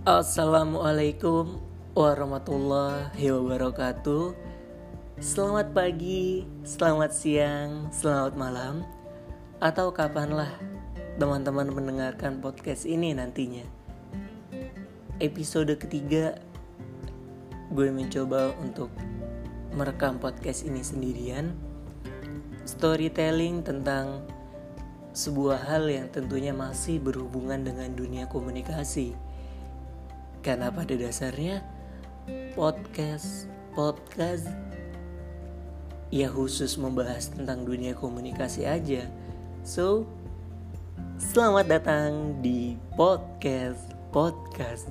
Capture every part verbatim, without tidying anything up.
Assalamualaikum warahmatullahi wabarakatuh. Selamat pagi, selamat siang, selamat malam, atau kapanlah teman-teman mendengarkan podcast ini nantinya. Episode ketiga, gue mencoba untuk merekam podcast ini sendirian. Storytelling tentang sebuah hal yang tentunya masih berhubungan dengan dunia komunikasi. Karena pada dasarnya podcast podcast ya khusus membahas tentang dunia komunikasi aja. So, selamat datang di podcast podcast.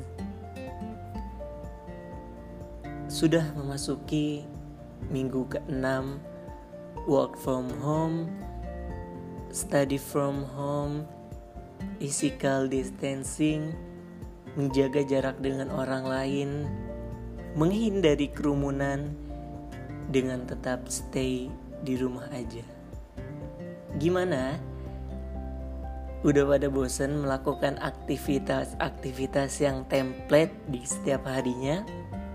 Sudah memasuki minggu keenam, work from home, study from home, physical distancing, menjaga jarak dengan orang lain, menghindari kerumunan, dengan tetap stay di rumah aja. Gimana? Udah pada bosan melakukan aktivitas-aktivitas yang template di setiap harinya?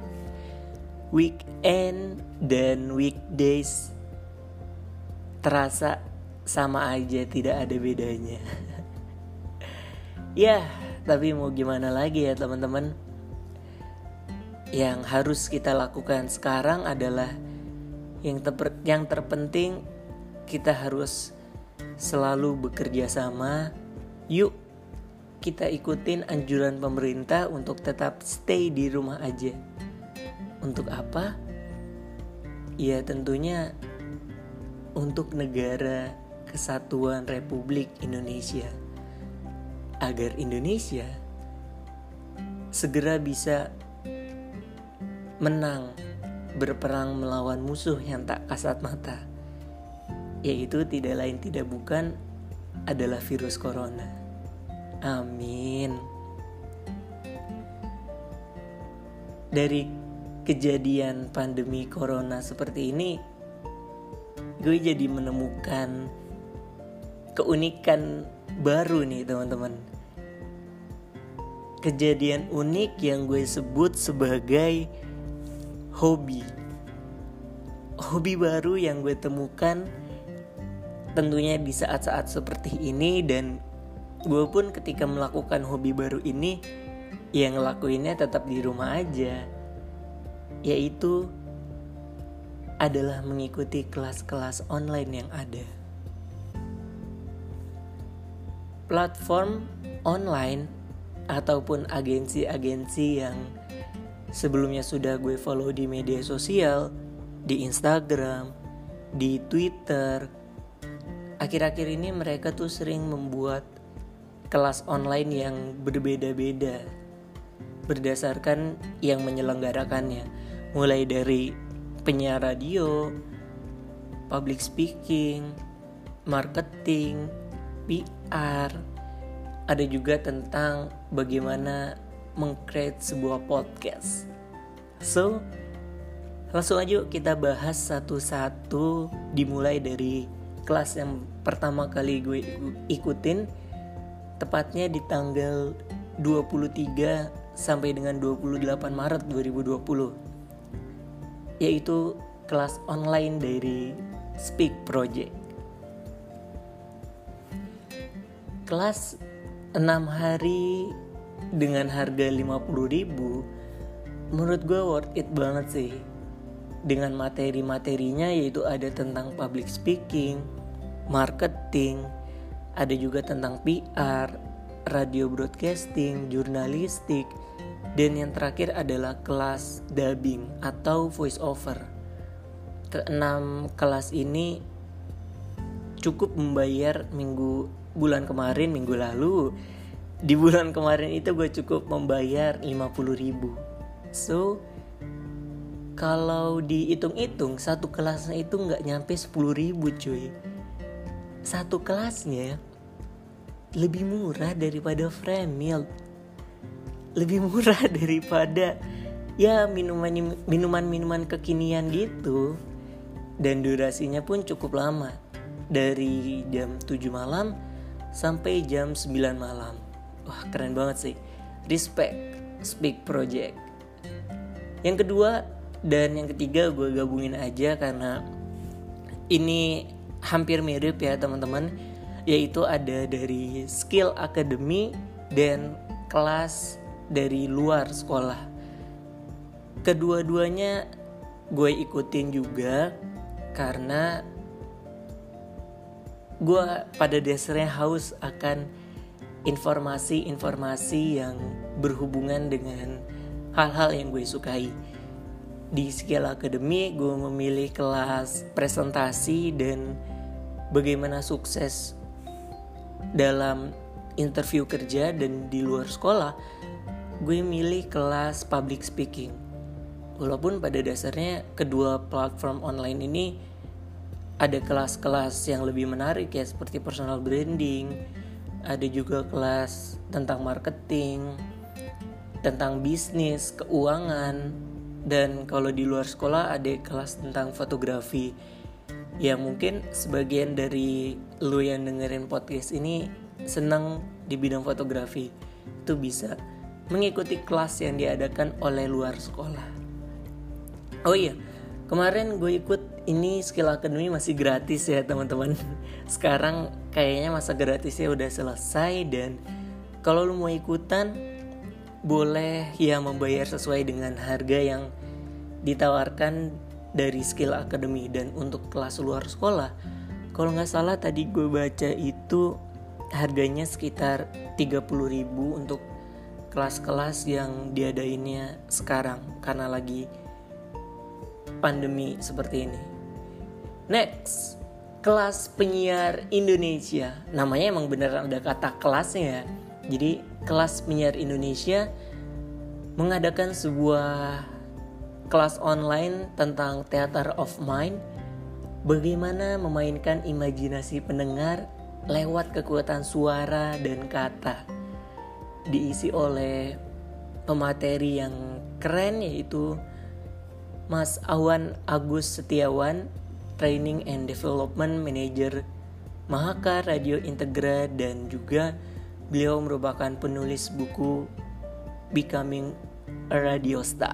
Weekend dan weekdays terasa sama aja, tidak ada bedanya. Ya, tapi mau gimana lagi ya teman-teman. Yang harus kita lakukan sekarang adalah yang, ter- yang terpenting kita harus selalu bekerja sama. Yuk kita ikutin anjuran pemerintah untuk tetap stay di rumah aja. Untuk apa? Ya tentunya untuk negara Kesatuan Republik Indonesia, agar Indonesia segera bisa menang berperang melawan musuh yang tak kasat mata, yaitu tidak lain tidak bukan adalah virus corona. Amin. Dari kejadian pandemi corona seperti ini, gue jadi menemukan keunikan baru nih teman-teman. Kejadian unik yang gue sebut sebagai hobi. Hobi baru yang gue temukan tentunya di saat-saat seperti ini. Dan gue pun ketika melakukan hobi baru ini, yang ngelakuinnya tetap di rumah aja, yaitu adalah mengikuti kelas-kelas online yang ada. Platform online ataupun agensi-agensi yang sebelumnya sudah gue follow di media sosial, di Instagram, di Twitter, akhir-akhir ini mereka tuh sering membuat kelas online yang berbeda-beda berdasarkan yang menyelenggarakannya, mulai dari penyiar radio, public speaking, marketing, P R, ada juga tentang bagaimana meng-create sebuah podcast. So, langsung aja kita bahas satu-satu, dimulai dari kelas yang pertama kali gue ikutin, tepatnya di tanggal dua puluh tiga sampai dengan dua puluh delapan Maret dua ribu dua puluh, yaitu kelas online dari Speak Project. Kelas enam hari dengan harga lima puluh ribu, menurut gue worth it banget sih. Dengan materi-materinya, yaitu ada tentang public speaking, marketing, ada juga tentang P R, radio broadcasting, jurnalistik, dan yang terakhir adalah kelas dubbing atau voice over. Keenam kelas ini cukup membayar minggu bulan kemarin, minggu lalu. Di bulan kemarin itu gue cukup membayar lima puluh ribu. So, kalau dihitung-hitung satu kelasnya itu gak nyampe sepuluh ribu cuy. Satu kelasnya lebih murah daripada Fremil, lebih murah daripada ya minuman minuman-minuman kekinian gitu. Dan durasinya pun cukup lama, dari jam tujuh malam sampai jam sembilan malam. Wah, keren banget sih. Respect Speak Project. Yang kedua dan yang ketiga gue gabungin aja karena ini hampir mirip ya teman-teman, yaitu ada dari Skill Academy dan kelas dari luar sekolah. Kedua-duanya gue ikutin juga karena gue pada dasarnya haus akan informasi-informasi yang berhubungan dengan hal-hal yang gue sukai. Di Skill Academy gue memilih kelas presentasi dan bagaimana sukses dalam interview kerja, dan di luar sekolah gue milih kelas public speaking. Walaupun pada dasarnya kedua platform online ini ada kelas-kelas yang lebih menarik ya, seperti personal branding, ada juga kelas tentang marketing, tentang bisnis, keuangan, dan kalau di luar sekolah ada kelas tentang fotografi. Ya mungkin sebagian dari lu yang dengerin podcast ini senang di bidang fotografi, itu bisa mengikuti kelas yang diadakan oleh luar sekolah. Oh iya, kemarin gue ikut ini Skill Academy masih gratis ya teman-teman. Sekarang kayaknya masa gratisnya udah selesai, dan kalau lu mau ikutan boleh ya membayar sesuai dengan harga yang ditawarkan dari Skill Academy. Dan untuk kelas luar sekolah, kalau gak salah tadi gue baca itu harganya sekitar tiga puluh ribu untuk kelas-kelas yang diadainnya sekarang karena lagi pandemi seperti ini. Next, kelas penyiar Indonesia. Namanya emang beneran ada kata kelasnya ya. Jadi kelas penyiar Indonesia mengadakan sebuah kelas online tentang theater of mind, bagaimana memainkan imajinasi pendengar lewat kekuatan suara dan kata. Diisi oleh pemateri yang keren, yaitu Mas Awan Agus Setiawan, Training and Development Manager Mahaka Radio Integra, dan juga beliau merupakan penulis buku Becoming a Radio Star.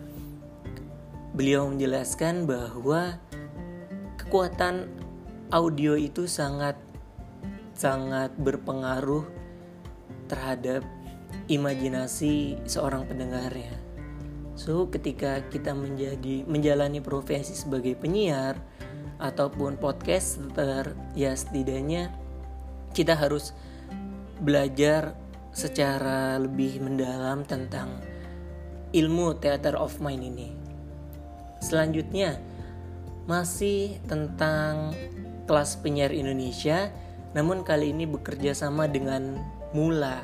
Beliau menjelaskan bahwa kekuatan audio itu sangat sangat berpengaruh terhadap imajinasi seorang pendengarnya. So, ketika kita menjadi menjalani profesi sebagai penyiar ataupun podcaster, ya setidaknya kita harus belajar secara lebih mendalam tentang ilmu theater of mind ini. Selanjutnya masih tentang kelas penyiar Indonesia, namun kali ini bekerja sama dengan Mula,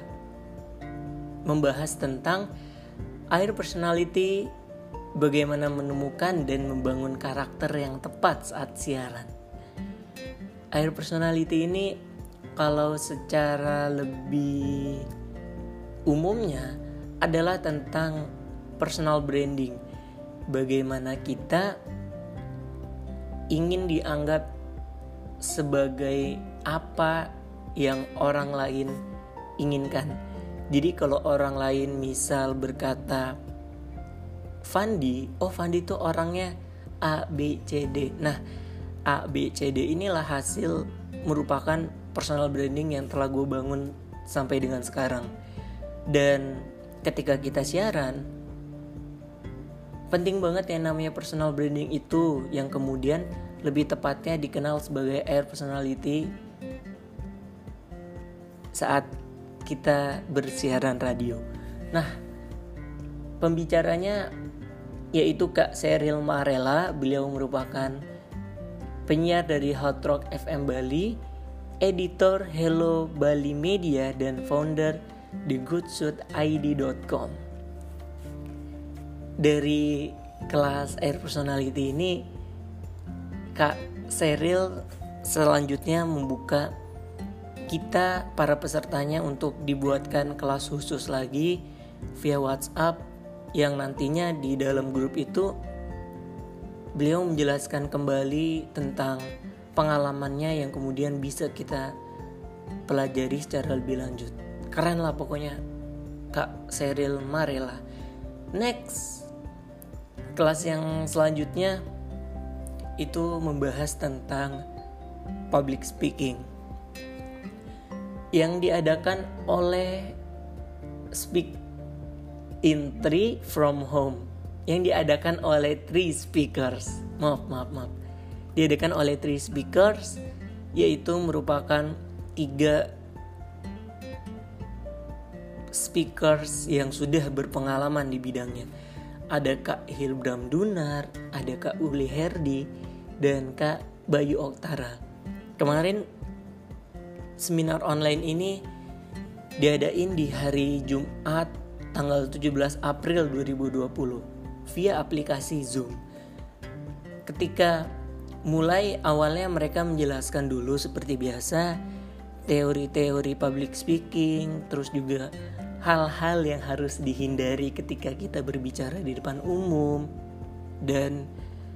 membahas tentang air personality, bagaimana menemukan dan membangun karakter yang tepat saat siaran. Air personality ini kalau secara lebih umumnya adalah tentang personal branding. Bagaimana kita ingin dianggap sebagai apa yang orang lain inginkan. Jadi kalau orang lain misal berkata Fandi, oh Fandi itu orangnya A, B, C, D. Nah, A, B, C, D inilah hasil merupakan personal branding yang telah gue bangun sampai dengan sekarang. Dan ketika kita siaran, penting banget yang namanya personal branding itu, yang kemudian lebih tepatnya dikenal sebagai air personality saat kita bersiaran radio. Nah, pembicaranya yaitu Kak Sheryl Marella. Beliau merupakan penyiar dari Hot Rock F M Bali, editor Hello Bali Media, dan founder the good shoot I D dot com. Dari kelas Air Personality ini, Kak Sheryl selanjutnya membuka kita para pesertanya untuk dibuatkan kelas khusus lagi via WhatsApp, yang nantinya di dalam grup itu beliau menjelaskan kembali tentang pengalamannya yang kemudian bisa kita pelajari secara lebih lanjut. Keren lah pokoknya Kak Sheryl Marella. Next, kelas yang selanjutnya itu membahas tentang public speaking yang diadakan oleh Speak in Three from Home, yang diadakan oleh three speakers. Maaf, maaf, maaf. Diadakan oleh three speakers, yaitu merupakan tiga speakers yang sudah berpengalaman di bidangnya. Ada Kak Hilbram Dunar, ada Kak Uli Herdi, dan Kak Bayu Oktara. Kemarin seminar online ini diadain di hari Jumat tanggal tujuh belas April dua ribu dua puluh via aplikasi Zoom. Ketika mulai awalnya mereka menjelaskan dulu seperti biasa teori-teori public speaking, terus juga hal-hal yang harus dihindari ketika kita berbicara di depan umum. Dan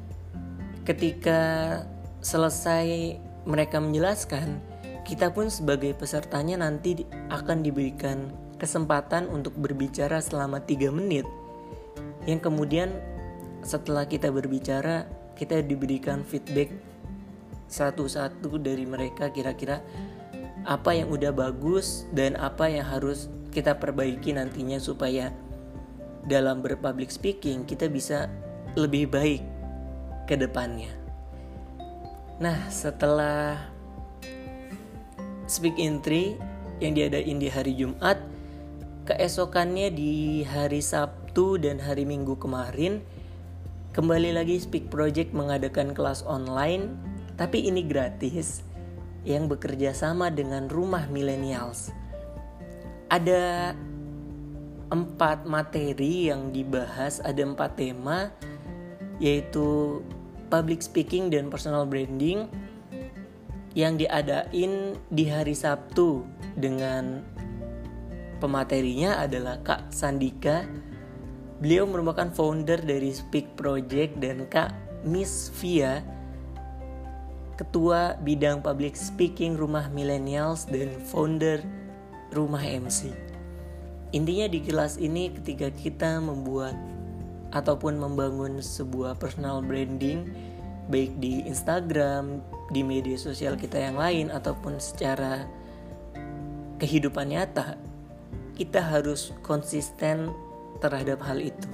ketika selesai mereka menjelaskan, kita pun sebagai pesertanya nanti akan diberikan kesempatan untuk berbicara selama tiga menit. Yang kemudian setelah kita berbicara, kita diberikan feedback satu-satu dari mereka, kira-kira apa yang udah bagus dan apa yang harus kita perbaiki nantinya supaya dalam berpublic speaking kita bisa lebih baik ke depannya. Nah, setelah Speak in Three yang diadain di hari Jumat, keesokannya di hari Sabtu dan hari Minggu kemarin kembali lagi Speak Project mengadakan kelas online, tapi ini gratis, yang bekerja sama dengan Rumah Millennials. Ada empat materi yang dibahas, ada empat tema, yaitu public speaking dan personal branding, yang diadain di hari Sabtu dengan pematerinya adalah Kak Sandika. Beliau merupakan founder dari Speak Project, dan Kak Miss Via, ketua bidang public speaking Rumah Millennials dan founder Rumah M C. Intinya di kelas ini ketika kita membuat ataupun membangun sebuah personal branding, baik di Instagram, di media sosial kita yang lain, ataupun secara kehidupan nyata, kita harus konsisten terhadap hal itu.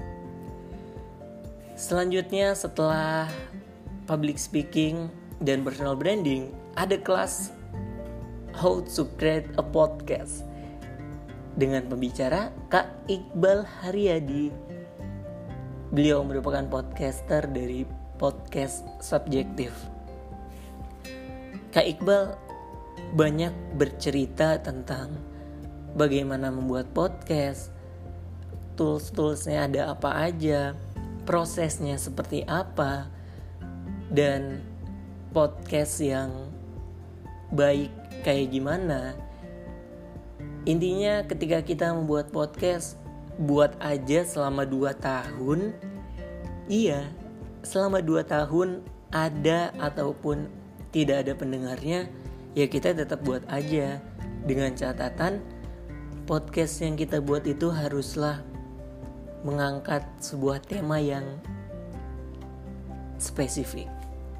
Selanjutnya setelah public speaking dan personal branding, ada kelas How to Create a Podcast dengan pembicara Kak Iqbal Haryadi. Beliau merupakan podcaster dari podcast Subjektif. Kak Iqbal banyak bercerita tentang bagaimana membuat podcast, tools-toolsnya ada apa aja, prosesnya seperti apa, dan podcast yang baik kayak gimana. Intinya ketika kita membuat podcast, buat aja selama dua tahun. Iya, selama dua tahun ada ataupun tidak ada pendengarnya, ya kita tetap buat aja. Dengan catatan, podcast yang kita buat itu haruslah mengangkat sebuah tema yang spesifik.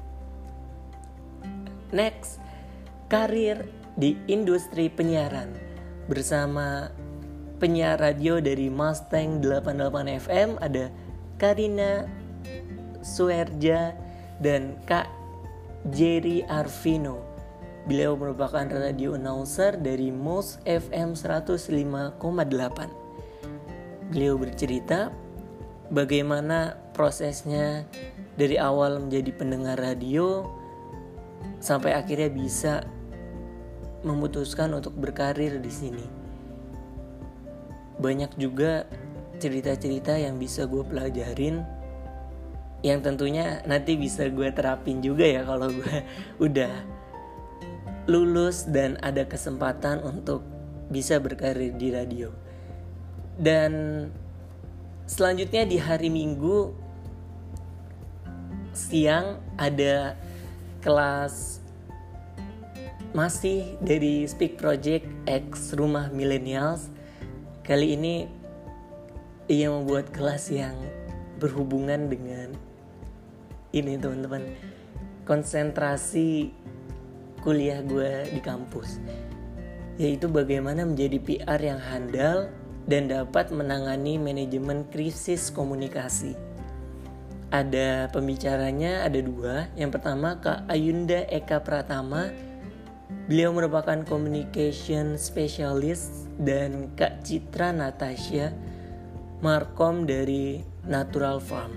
Next, karir di industri penyiaran bersama penyiar radio dari Mustang delapan puluh delapan F M, ada Karina Suerja dan Kak Jerry Arvino. Beliau merupakan radio announcer dari Mos F M seratus lima koma delapan. Beliau bercerita bagaimana prosesnya dari awal menjadi pendengar radio sampai akhirnya bisa memutuskan untuk berkarir di sini. Banyak juga cerita-cerita yang bisa gue pelajarin, yang tentunya nanti bisa gue terapin juga ya kalau gue udah lulus dan ada kesempatan untuk bisa berkarir di radio. Dan selanjutnya di hari Minggu siang ada kelas masih dari Speak Project X Rumah Millennials. Kali ini ia membuat kelas yang berhubungan dengan ini teman-teman, konsentrasi kuliah gue di kampus, yaitu bagaimana menjadi P R yang handal dan dapat menangani manajemen krisis komunikasi. Ada pembicaranya, ada dua. Yang pertama Kak Ayunda Eka Pratama, beliau merupakan communication specialist, dan Kak Citra Natasha Markom dari Natural Farm.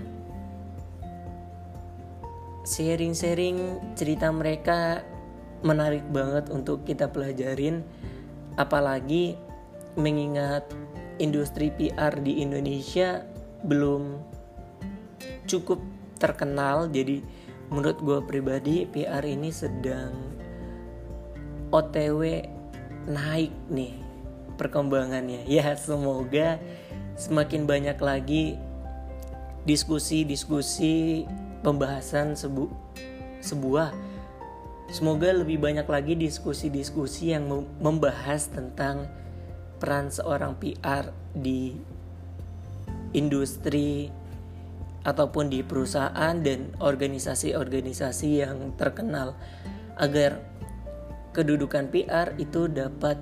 Sharing-sharing cerita mereka menarik banget untuk kita pelajarin, apalagi mengingat industri P R di Indonesia belum cukup terkenal. Jadi menurut gue pribadi P R ini sedang O T W naik nih perkembangannya. Ya semoga semakin banyak lagi diskusi-diskusi pembahasan sebu- sebuah Semoga lebih banyak lagi diskusi-diskusi yang membahas tentang peran seorang P R di industri ataupun di perusahaan dan organisasi-organisasi yang terkenal, agar kedudukan P R itu dapat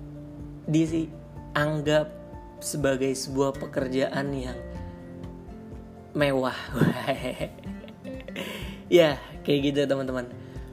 dianggap sebagai sebuah pekerjaan yang mewah. Ya, kayak gitu teman-teman.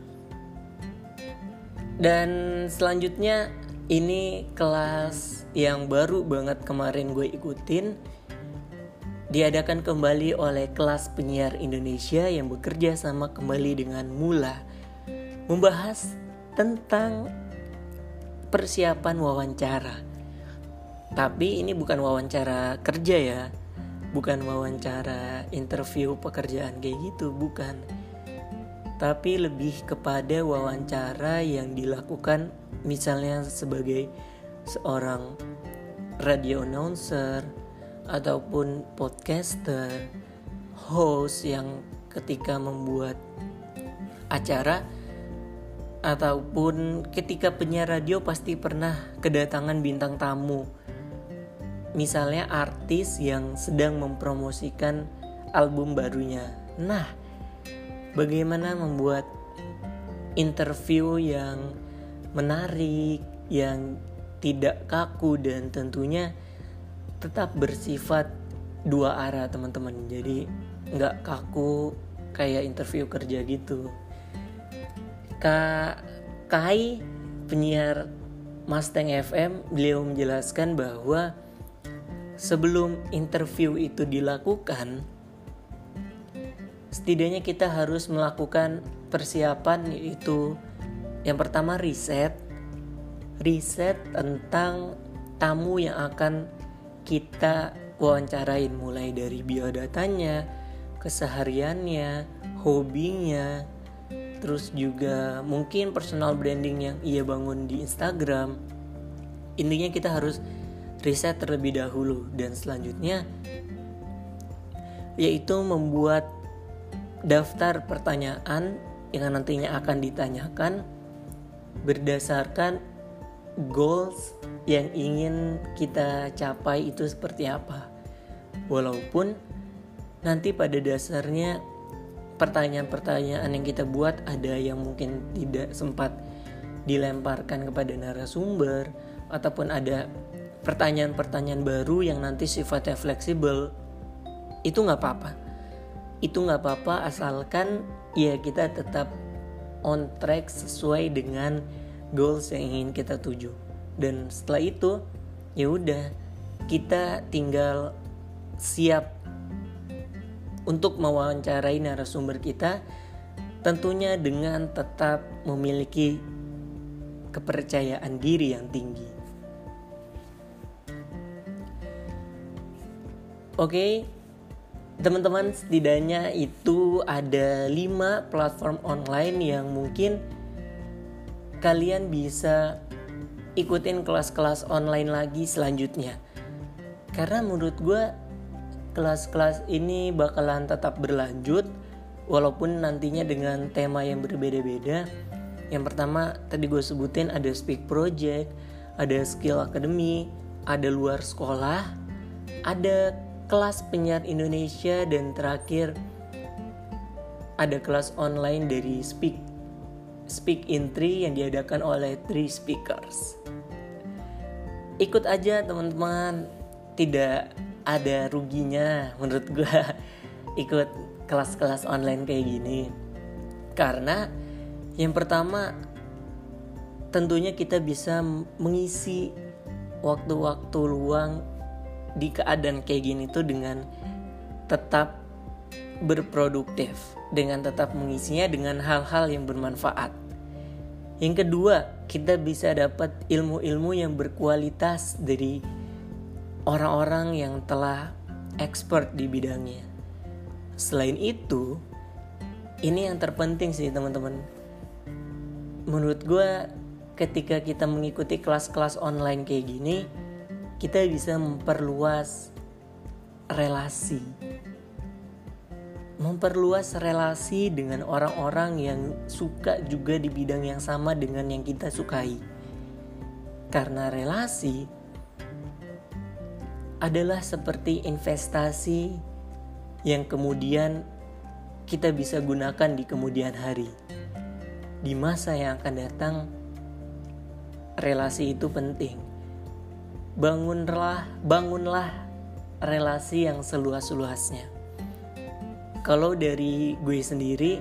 Dan selanjutnya ini kelas yang baru banget kemarin gue ikutin, diadakan kembali oleh Kelas Penyiar Indonesia yang bekerja sama kembali dengan Mula, membahas tentang persiapan wawancara. Tapi ini bukan wawancara kerja ya, bukan wawancara interview pekerjaan kayak gitu, bukan. Tapi lebih kepada wawancara yang dilakukan misalnya sebagai seorang radio announcer ataupun podcaster, host yang ketika membuat acara, ataupun ketika penyiar radio pasti pernah kedatangan bintang tamu. Misalnya artis yang sedang mempromosikan album barunya. Nah, bagaimana membuat interview yang menarik, yang tidak kaku, dan tentunya tetap bersifat dua arah teman-teman. Jadi gak kaku kayak interview kerja gitu. Kak Kai, penyiar Mustang F M, beliau menjelaskan bahwa sebelum interview itu dilakukan, setidaknya kita harus melakukan persiapan, yaitu yang pertama riset riset tentang tamu yang akan kita wawancarain, mulai dari biodatanya, kesehariannya, hobinya, terus juga mungkin personal branding yang ia bangun di Instagram. Intinya kita harus riset terlebih dahulu, dan selanjutnya yaitu membuat daftar pertanyaan yang nantinya akan ditanyakan berdasarkan goals yang ingin kita capai itu seperti apa. Walaupun nanti pada dasarnya pertanyaan-pertanyaan yang kita buat ada yang mungkin tidak sempat dilemparkan kepada narasumber, ataupun ada pertanyaan-pertanyaan baru yang nanti sifatnya fleksibel. Itu gak apa-apa. Itu gak apa-apa asalkan ya kita tetap on track sesuai dengan goals yang ingin kita tuju. Dan setelah itu ya udah, kita tinggal siap untuk mewawancarai narasumber kita, tentunya dengan tetap memiliki kepercayaan diri yang tinggi. Oke, teman-teman, setidaknya itu ada lima platform online yang mungkin kalian bisa ikutin kelas-kelas online lagi selanjutnya. Karena menurut gue kelas-kelas ini bakalan tetap berlanjut, walaupun nantinya dengan tema yang berbeda-beda. Yang pertama tadi gue sebutin ada Speak Project, ada Skill Academy, ada luar sekolah, ada kelas penyiar Indonesia, dan terakhir ada kelas online dari Speak Speak in Three yang diadakan oleh Three Speakers. Ikut aja teman-teman, tidak ada ruginya menurut gue ikut kelas-kelas online kayak gini. Karena yang pertama, tentunya kita bisa mengisi waktu-waktu luang di keadaan kayak gini tuh dengan tetap berproduktif, dengan tetap mengisinya dengan hal-hal yang bermanfaat. Yang kedua, kita bisa dapat ilmu-ilmu yang berkualitas dari orang-orang yang telah expert di bidangnya. Selain itu, ini yang terpenting sih teman-teman. Menurut gue, ketika kita mengikuti kelas-kelas online kayak gini, kita bisa memperluas relasi. Memperluas relasi dengan orang-orang yang suka juga di bidang yang sama dengan yang kita sukai. Karena relasi adalah seperti investasi yang kemudian kita bisa gunakan di kemudian hari. Di masa yang akan datang, relasi itu penting. Bangunlah, bangunlah relasi yang seluas-luasnya. Kalau dari gue sendiri,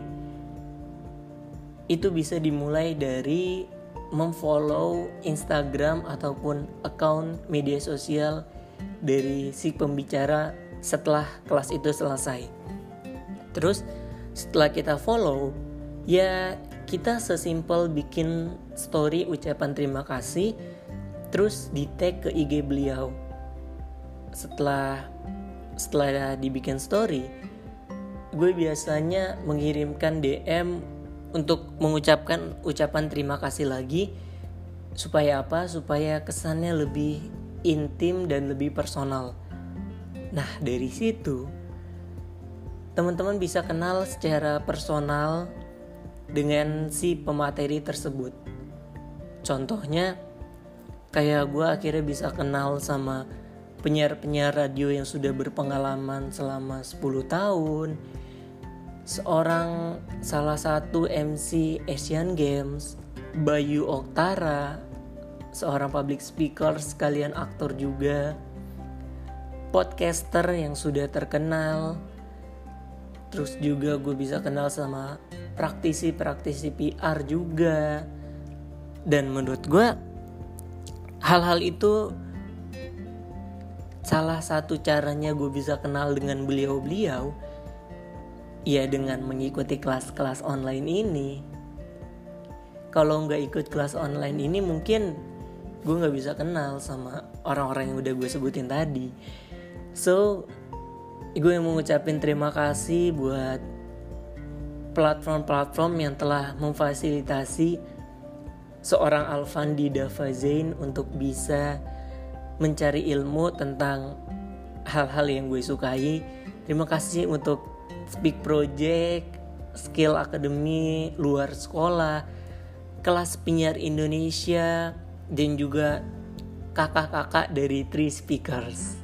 itu bisa dimulai dari memfollow Instagram ataupun account media sosial dari si pembicara setelah kelas itu selesai. Terus setelah kita follow, ya kita sesimpel bikin story ucapan terima kasih, terus di tag ke I G beliau. Setelah setelah dibikin story, gue biasanya mengirimkan D M untuk mengucapkan ucapan terima kasih lagi. Supaya apa? Supaya kesannya lebih intim dan lebih personal. Nah, dari situ teman-teman bisa kenal secara personal dengan si pemateri tersebut. Contohnya, kayak gue akhirnya bisa kenal sama penyiar-penyiar radio yang sudah berpengalaman selama sepuluh tahun, seorang salah satu M C Asian Games, Bayu Oktara, seorang public speaker sekalian aktor juga, podcaster yang sudah terkenal. Terus juga gue bisa kenal sama praktisi-praktisi P R juga. Dan menurut gue, hal-hal itu salah satu caranya gue bisa kenal dengan beliau-beliau, ya dengan mengikuti kelas-kelas online ini. Kalau gak ikut kelas online ini, mungkin gue gak bisa kenal sama orang-orang yang udah gue sebutin tadi. So, gue mau ngucapin terima kasih buat platform-platform yang telah memfasilitasi seorang Alfandi Davazain untuk bisa mencari ilmu tentang hal-hal yang gue sukai. Terima kasih untuk Speak Project, Skill Academy, luar sekolah, kelas penyiar Indonesia, dan juga kakak-kakak dari Three Speakers.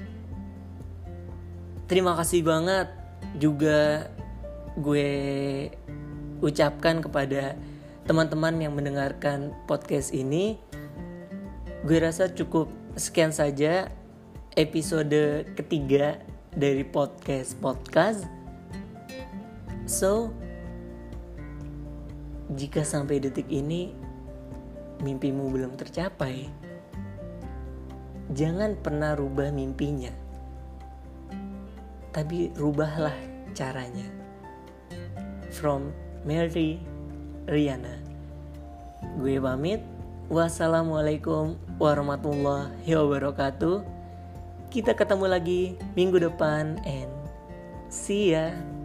Terima kasih banget juga gue ucapkan kepada teman-teman yang mendengarkan podcast ini. Gue rasa cukup sekian saja episode ketiga dari podcast podcast. So, jika sampai detik ini mimpimu belum tercapai, jangan pernah rubah mimpinya, tapi rubahlah caranya. From Mary Riana. Gue pamit. Wassalamualaikum warahmatullahi wabarakatuh. Kita ketemu lagi minggu depan and see ya.